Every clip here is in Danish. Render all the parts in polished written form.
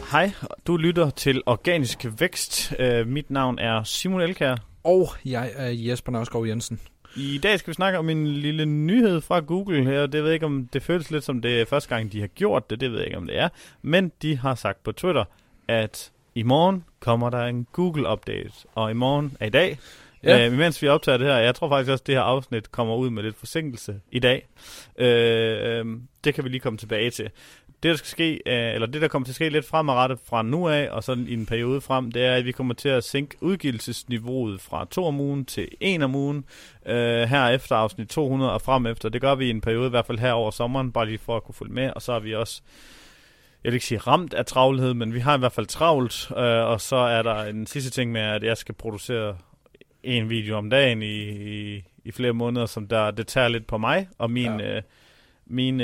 Hej, du lytter til Organisk Vækst. Mit navn er Simon Elkjær. Og jeg er Jesper Nørskov Jensen. I dag skal vi snakke om en lille nyhed fra Google her. Det ved jeg ikke, om det føles lidt som det er første gang, de har gjort det. Det ved jeg ikke, om det er. Men de har sagt på Twitter, at i morgen kommer der en Google-update. Og i morgen er i dag. Ja. Mens vi optager det her, jeg tror faktisk også, at det her afsnit kommer ud med lidt forsinkelse i dag. Det kan vi lige komme tilbage til. Det, der skal ske, eller det, der kommer til at ske lidt fremadrettet fra nu af, og sådan i en periode frem, det er, at vi kommer til at sænke udgivelsesniveauet fra 2 om ugen til 1 om ugen, her efter afsnit 200 og frem efter. Det gør vi i en periode, i hvert fald her over sommeren, bare lige for at kunne følge med, og så er vi også, jeg vil ikke sige ramt af travlhed, men vi har i hvert fald travlt, og så er der en sidste ting med, at jeg skal producere en video om dagen i flere måneder, som det tager lidt på mig, og min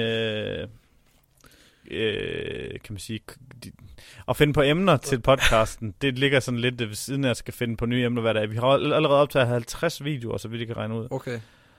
kan man sige, at finde på emner til podcasten, det ligger sådan lidt ved siden af, at jeg skal finde på nye emner hver dag. Vi har allerede optaget 50 videoer, så vidt jeg kan regne ud. Okay.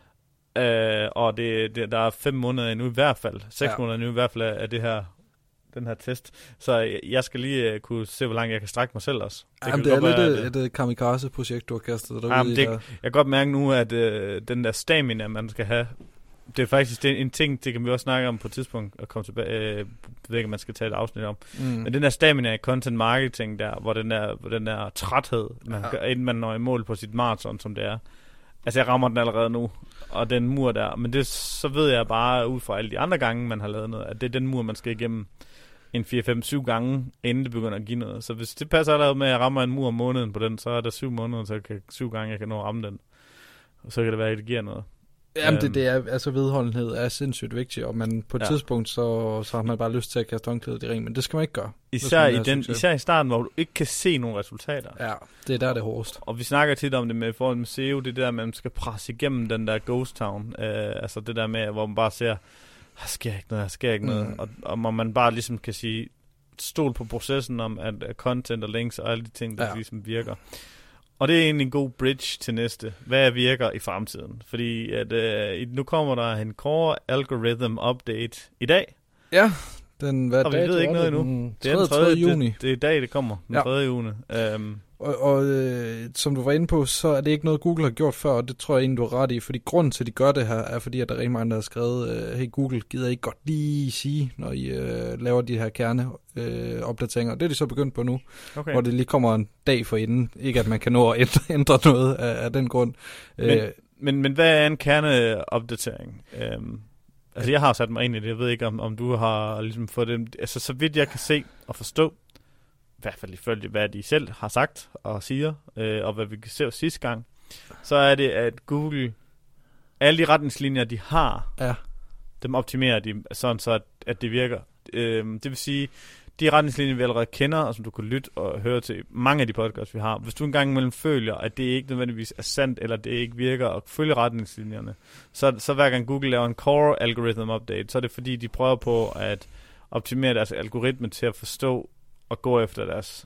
Og der er 5 måneder endnu i hvert fald, 6 måneder endnu i hvert fald af den her test. Så jeg skal lige kunne se, hvor langt jeg kan strække mig selv også. Det er lidt et kamikaze-projekt, du har kastet. Jeg kan godt mærke nu, at den der stamina, man skal have, det er faktisk en ting, det kan vi også snakke om på et tidspunkt, og komme tilbage, jeg ved ikke, om man skal tage et afsnit om. Men den der stamina i content marketing der, hvor den der træthed, inden man når i mål på sit maraton, som det er. Altså, jeg rammer den allerede nu, og den mur der. Men så ved jeg bare, ud fra alle de andre gange, man har lavet noget, at det er den mur, man skal igennem en 4-5-7 gange, inden det begynder at give noget. Så hvis det passer allerede med, at jeg rammer en mur om måneden på den, så er der 7 måneder, så 7 gange, jeg kan nå at ramme den. Og så kan det være, at det giver noget. Jamen, det er, altså vedholdenhed er sindssygt vigtigt, og man på et tidspunkt, så har man bare lyst til at kaste håndklædet i ring, men det skal man ikke gøre. Især i starten, hvor du ikke kan se nogen resultater. Ja, det er der, det er hårdest. Og vi snakker tit om det med forhold med SEO, det der, man skal presse igennem den der ghost town. Altså det der med, hvor man bare ser, der sker ikke noget. Og hvor man bare ligesom kan sige, stol på processen om, at content og links og alle de ting, der ligesom virker. Og det er egentlig en god bridge til næste. Hvad virker i fremtiden? Fordi at, nu kommer der en Core Algorithm Update i dag. Ja. Og vi ved ikke noget endnu. Det er den 3. juni. Det er i dag, det kommer. Den 3. juni. Og som du var inde på, så er det ikke noget, Google har gjort før, og det tror jeg egentlig, du har ret i. Fordi grunden til, at de gør det her, er fordi, at der er rigtig mange, der har skrevet, hey Google, gider I ikke godt lige sige, når I laver de her kerneopdateringer. Det er de så begyndt på nu, hvor det lige kommer en dag for inden. Ikke at man kan nå at ændre noget af den grund. Men hvad er en kerneopdatering? Altså jeg har sat mig ind i det. Jeg ved ikke, om du har ligesom fået det. Altså så vidt jeg kan se og forstå, i hvert fald ifølge hvad de selv har sagt og siger, og hvad vi kan se sidste gang, så er det, at Google, alle de retningslinjer, de har, dem optimerer de sådan så, at det virker. Det vil sige, de retningslinjer, vi allerede kender, og som du kan lytte og høre til mange af de podcasts, vi har. Hvis du engang imellem føler, at det ikke nødvendigvis er sandt, eller det ikke virker at følge retningslinjerne, så hver gang Google laver en Core Algorithm Update, så er det fordi, de prøver på at optimere deres algoritme til at forstå og gå efter deres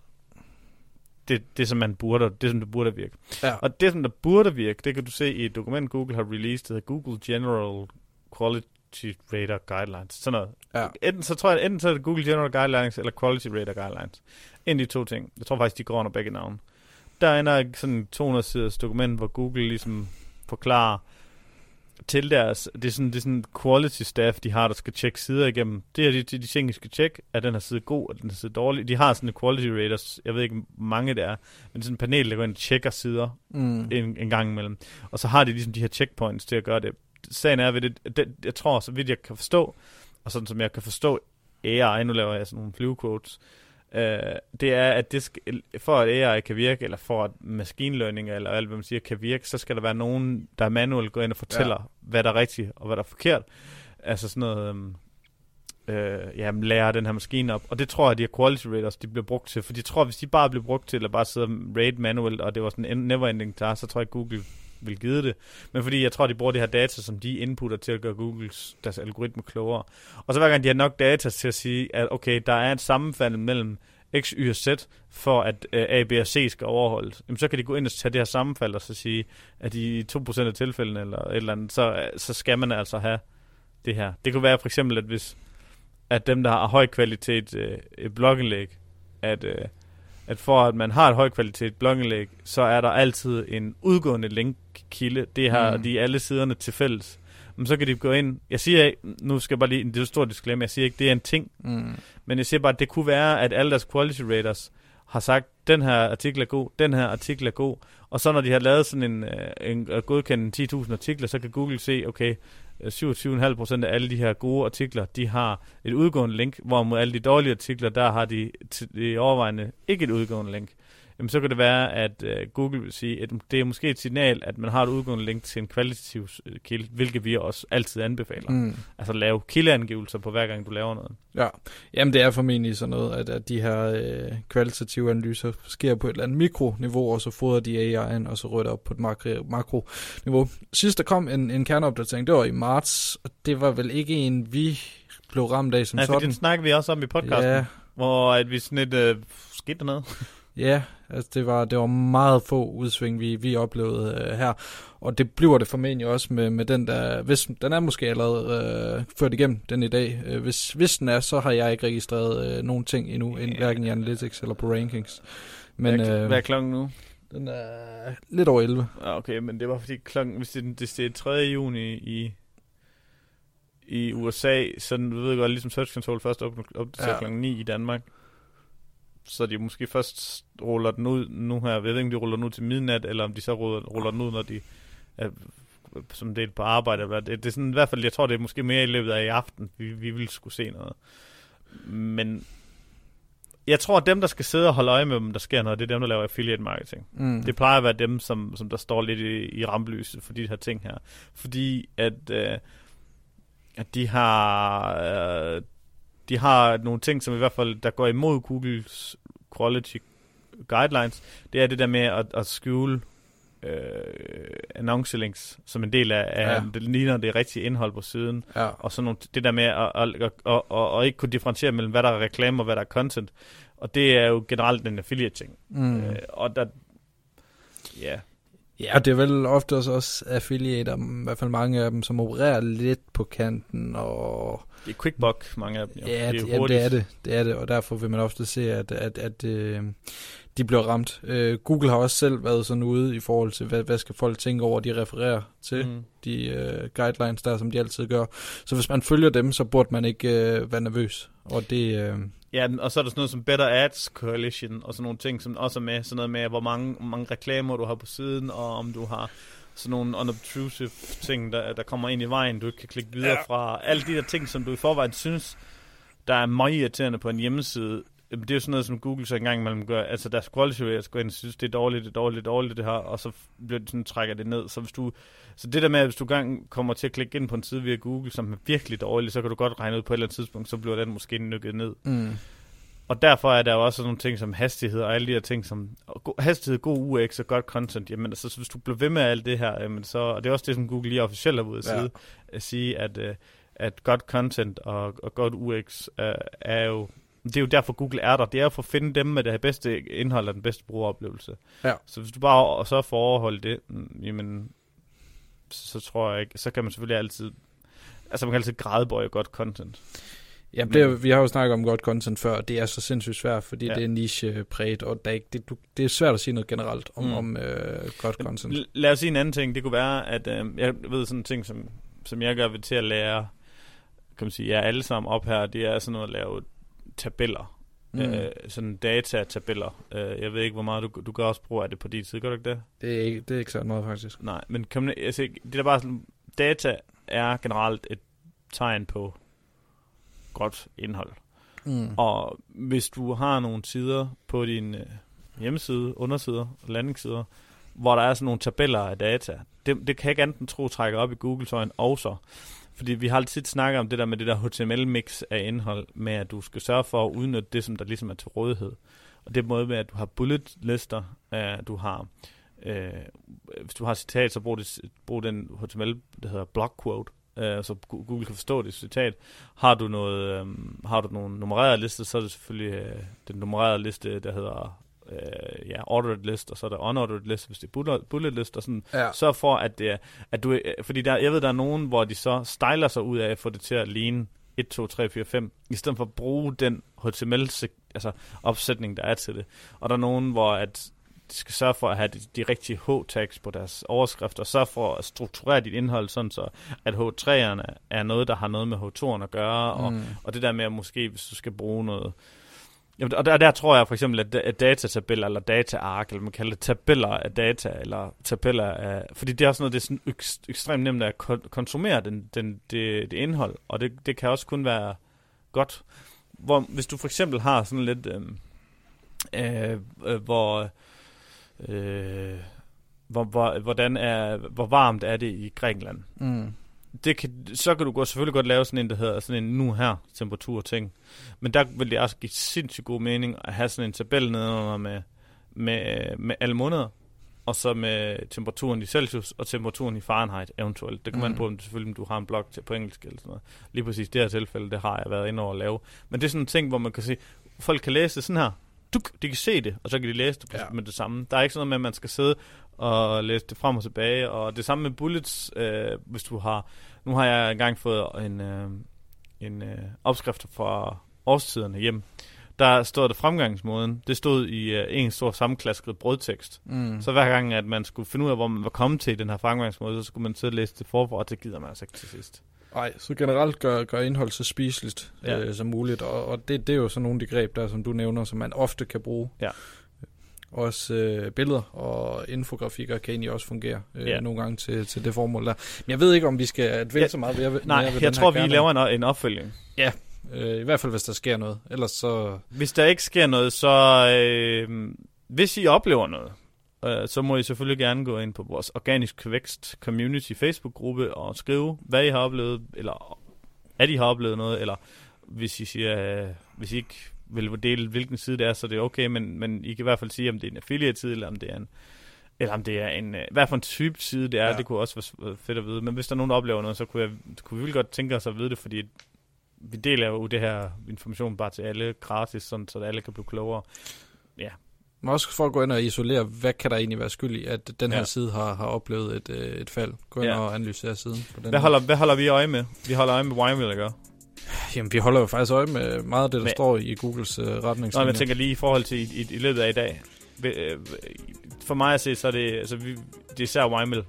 det som det burde virke. Ja. Og det som der burde virke, det kan du se i et dokument Google har released, det hedder Google General Quality Radar Guidelines. Sådan noget. Ja. Enten så er det Google General Guidelines eller Quality Radar Guidelines. En af de to ting. Jeg tror faktisk de går under begge navne. Der er sådan 200 siders dokument, hvor Google ligesom forklarer til deres, det er sådan quality staff, de har, der skal tjekke sider igennem. Det er de ting, de skal tjekke. Er den her side god, er den her side dårlig? De har sådan en quality raters, jeg ved ikke, hvor mange det er, men sådan en panel, der går ind og tjekker sider en gang imellem. Og så har de ligesom de her checkpoints til at gøre det. Sagen er ved det, jeg tror, så vidt jeg kan forstå, og sådan som jeg kan forstå AI, nu laver jeg sådan nogle flyvequotes, det er, at for at AI kan virke, eller for at machine learning, eller alt hvad man siger, kan virke, så skal der være nogen, der manuelt går ind og fortæller, hvad der er rigtigt, og hvad der er forkert. Altså sådan noget, lærer den her maskine op. Og det tror jeg, at de her quality raters, de bliver brugt til, for jeg tror, hvis de bare bliver brugt til, at bare sidde og rate manuelt, og det var sådan en never-ending task, så tror jeg, Google vil give det. Men fordi jeg tror, de bruger det her data, som de inputter til at gøre deres algoritme klogere. Og så hver gang de har nok data til at sige, at okay, der er et sammenfald mellem X, Y og Z, for at A, B og C skal overholdes, jamen, så kan de gå ind og tage det her sammenfald og så sige, at i 2% af tilfældene eller et eller andet, så skal man altså have det her. Det kunne være for eksempel, at hvis at dem, der har høj kvalitet blogindlæg, at for at man har et højkvalitet blogindlæg, så er der altid en udgående linkkilde. Det har de alle siderne til fælles. Men så kan de gå ind. Jeg siger ikke, nu skal jeg bare lige, det er et stort disclaimer, jeg siger ikke, det er en ting. Men jeg siger bare, at det kunne være, at alle deres quality raters har sagt, den her artikel er god, den her artikel er god. Og så når de har lavet sådan en godkendt 10.000 artikler, så kan Google se, okay, 27,5% af alle de her gode artikler, de har et udgående link, hvorimod alle de dårlige artikler, der har de overvejende ikke et udgående link. Jamen, så kan det være, at Google vil sige, at det er måske et signal, at man har et udgående link til en kvalitativ kilde, hvilket vi også altid anbefaler. Altså lave kildeangivelser på hver gang, du laver noget. Ja, jamen det er formentlig sådan noget, at de her kvalitative analyser sker på et eller andet mikroniveau, og så fodrer de AI'en, og så rytter op på et makroniveau. Sidst der kom en kerneopdatering, det var i marts, og det var vel ikke en, vi blev ramt af som sådan. Nej, for den snakker vi også om i podcasten, hvor at vi sådan lidt skete noget. Ja, altså det var meget få udsving, vi oplevede her. Og det bliver det formentlig også med den der, hvis den er måske allerede ført igennem den i dag. Hvis den er, så har jeg ikke registreret nogen ting endnu, hverken i Analytics eller på Rankings. Men, hvad er klokken nu? Den er lidt over 11. Okay, men det var fordi klokken, hvis det er 3. juni i USA, så du ved godt, ligesom Search Console først opdaterer klokken 9 i Danmark. Så de måske først ruller den ud nu her. Jeg ved ikke, om de ruller den ud til midnat, eller om de så ruller den ud, når de er som del på arbejde. Det er sådan i hvert fald, jeg tror, det er måske mere i løbet af i aften, vi vil skulle se noget. Men jeg tror, at dem, der skal sidde og holde øje med dem, der sker noget, det er dem, der laver affiliate marketing. Det plejer at være dem, som der står lidt i rampelyset for de her ting her. Fordi at de har nogle ting, som i hvert fald, der går imod Googles quality guidelines. Det er det der med at skjule annoncelinks som en del af det ligner det rigtige indhold på siden. Og så det der med at ikke kunne differentiere mellem, hvad der er reklame og hvad der er content. Og det er jo generelt en affiliate-ting. Og der... Ja... Ja, det er vel ofte også affiliater, i hvert fald mange af dem, som opererer lidt på kanten, og... Det er quickbuck, mange af dem. Jo. Ja, det er det, og derfor vil man ofte se, at de bliver ramt. Google har også selv været sådan ude i forhold til, hvad skal folk tænke over, de refererer til de guidelines der, som de altid gør. Så hvis man følger dem, så burde man ikke være nervøs, og det... Ja, og så er der sådan noget som Better Ads Coalition, og sådan nogle ting, som også er med, sådan noget med, hvor mange reklamer du har på siden, og om du har sådan nogle unobtrusive ting, der kommer ind i vejen, du ikke kan klikke videre fra. Alle de der ting, som du i forvejen synes, der er meget irriterende på en hjemmeside, det er jo sådan noget, som Google så engang imellem gør, altså deres quality raters går ind og synes, det er dårligt det her, og så bliver det sådan, trækker det ned. Så det der med, at hvis du gang kommer til at klikke ind på en side via Google, som er virkelig dårlig, så kan du godt regne ud på et eller andet tidspunkt, så bliver den måske nykket ned. Og derfor er der jo også sådan nogle ting som hastighed, og alle de her ting som hastighed, god UX og godt content. Jamen, altså, så hvis du bliver ved med alt det her, jamen, så, og det er også det, som Google lige officielt er ude at sige, at godt content og godt UX er jo... Det er jo derfor, Google er der. Det er jo for at finde dem med det bedste indhold og den bedste brugeroplevelse. Ja. Så hvis du bare så får overholdt det, jamen, så tror jeg ikke, så kan man selvfølgelig altid, altså man kan altid gradbøje godt content. Ja, vi har jo snakket om godt content før, og det er så sindssygt svært, fordi det er niche-præget, og det er svært at sige noget generelt om godt content. Lad os sige en anden ting. Det kunne være, at jeg ved sådan en ting, som jeg gør ved til at lære, kan man sige, alle sammen op her, det er sådan noget at lave tabeller. Sådan datatabeller. Jeg ved ikke, hvor meget du gør også brug af det på din side. Gør du ikke det? Det er ikke så meget, faktisk. Nej, men det er bare sådan, data er generelt et tegn på godt indhold. Og hvis du har nogle sider på din hjemmeside, undersider, landingssider, hvor der er sådan nogle tabeller af data, det kan jeg ikke enten tro trækker op i Googles øjne også. Fordi vi har altid snakket om det der med det der HTML-mix af indhold, med at du skal sørge for at udnytte det, som der ligesom er til rådighed. Og det er måde med, at du har bullet-lister, du har, hvis du har citat, så brug den HTML, der hedder block quote, så Google kan forstå det citat. Har du nogle nummererede lister, så er det selvfølgelig den nummererede liste, der hedder ordered list, og så er der unordered list, hvis det er bullet list, og sådan. Sørg for, at du, fordi jeg ved, der er nogen, hvor de så styler sig ud af at få det til at ligne 1, 2, 3, 4, 5, i stedet for at bruge den HTML, altså opsætning, der er til det. Og der er nogen, hvor at de skal sørge for at have de rigtige H-tags på deres overskrifter, og sørge for at strukturere dit indhold sådan så, at H3'erne er noget, der har noget med H2'erne at gøre, og det der med at måske, hvis du skal bruge noget. Og der tror jeg for eksempel, at datatabeller eller dataark, eller man kalder det tabeller af data, eller tabeller af, fordi det er sådan noget, det er sådan ekstremt nemt at konsumere det indhold, og det kan også kun være godt. Hvis du for eksempel har sådan lidt, hvor varmt er det i Grækenland. Så kan du selvfølgelig godt lave sådan en, der hedder sådan en nu her temperatur ting. Men der vil det også give sindssygt god mening at have sådan en tabel nedenunder med alle måneder, og så med temperaturen i Celsius og temperaturen i Fahrenheit eventuelt. Det kan man på, selvfølgelig, om du har en blog på engelsk eller sådan noget. Lige præcis det her tilfælde, det har jeg været inde over at lave. Men det er sådan en ting, hvor man kan se, folk kan læse det sådan her. De kan se det, og så kan de læse det med det samme. Der er ikke sådan noget med, at man skal sidde og læse det frem og tilbage. Og det samme med bullets, hvis du har. Nu har jeg engang fået en opskrift fra årstiderne hjem. Der stod det fremgangsmåden. Det stod i en stor sammenklasket brødtekst. Så hver gang, at man skulle finde ud af, hvor man var kommet til i den her fremgangsmåde, så skulle man sidde og læse det forfra, og det gider man altså ikke til sidst. Nej, så generelt gør indhold så spiseligt som muligt, og det er jo sådan nogle af de greb der, som du nævner, som man ofte kan bruge. Ja. Også billeder og infografikker kan egentlig også fungere nogle gange til det formål der. Men jeg ved ikke, om vi skal vælge så meget ved jeg tror, vi laver en opfølging. Ja, i hvert fald hvis der sker noget. Ellers så... Hvis der ikke sker noget, så hvis I oplever noget, så må I selvfølgelig gerne gå ind på vores Organisk Vækst Community Facebook-gruppe og skrive, hvad I har oplevet, eller at I har oplevet noget, eller hvis I siger, hvis I ikke vil dele, hvilken side det er, så det er okay, men I kan i hvert fald sige, om det er en affiliate-side, eller om det er en, hvad for en type side det er, det kunne også være fedt at vide. Men hvis der er nogen, der oplever noget, så kunne vi virkelig godt tænke os at vide det, fordi vi deler jo det her information bare til alle gratis, sådan, så alle kan blive klogere. Ja. Men også for at gå ind og isolere, hvad kan der egentlig være skyld i, at den her side har oplevet et fald. Gå ind og analysere siden. På den hvad holder vi øje med? Vi holder øje med Wymill, ikke? Jamen, vi holder jo faktisk øje med meget af det, der står i Googles retningslinjer. Nå, jeg tænker lige i forhold til i løbet af i dag. For mig at se, så er det, altså, det er især Wymill.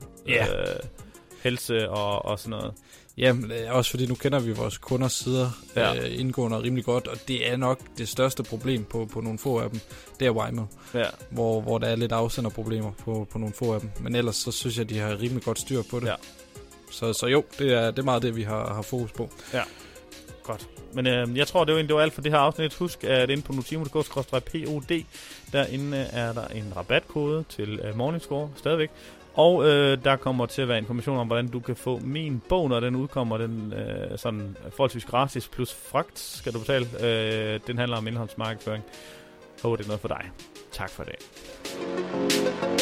Helse og sådan noget. Jamen, også fordi nu kender vi vores kunders sider indgående og rimelig godt, og det er nok det største problem på nogle få af dem. Det er Wymill, hvor der er lidt afsenderproblemer på nogle få af dem. Men ellers så synes jeg, de har rimelig godt styr på det. Ja. Så jo, det er meget det, vi har fokus på. Ja, godt. Men jeg tror, det var alt for det her afsnit. Husk, at inde på notimo.dk/pod, derinde er der en rabatkode til Morningscore stadigvæk. Og der kommer til at være information om, hvordan du kan få min bog, når den udkommer. Den sådan forholdsvis gratis plus fragt skal du betale. Den handler om indholdsmarkedsføring. Håber det er noget for dig. Tak for det.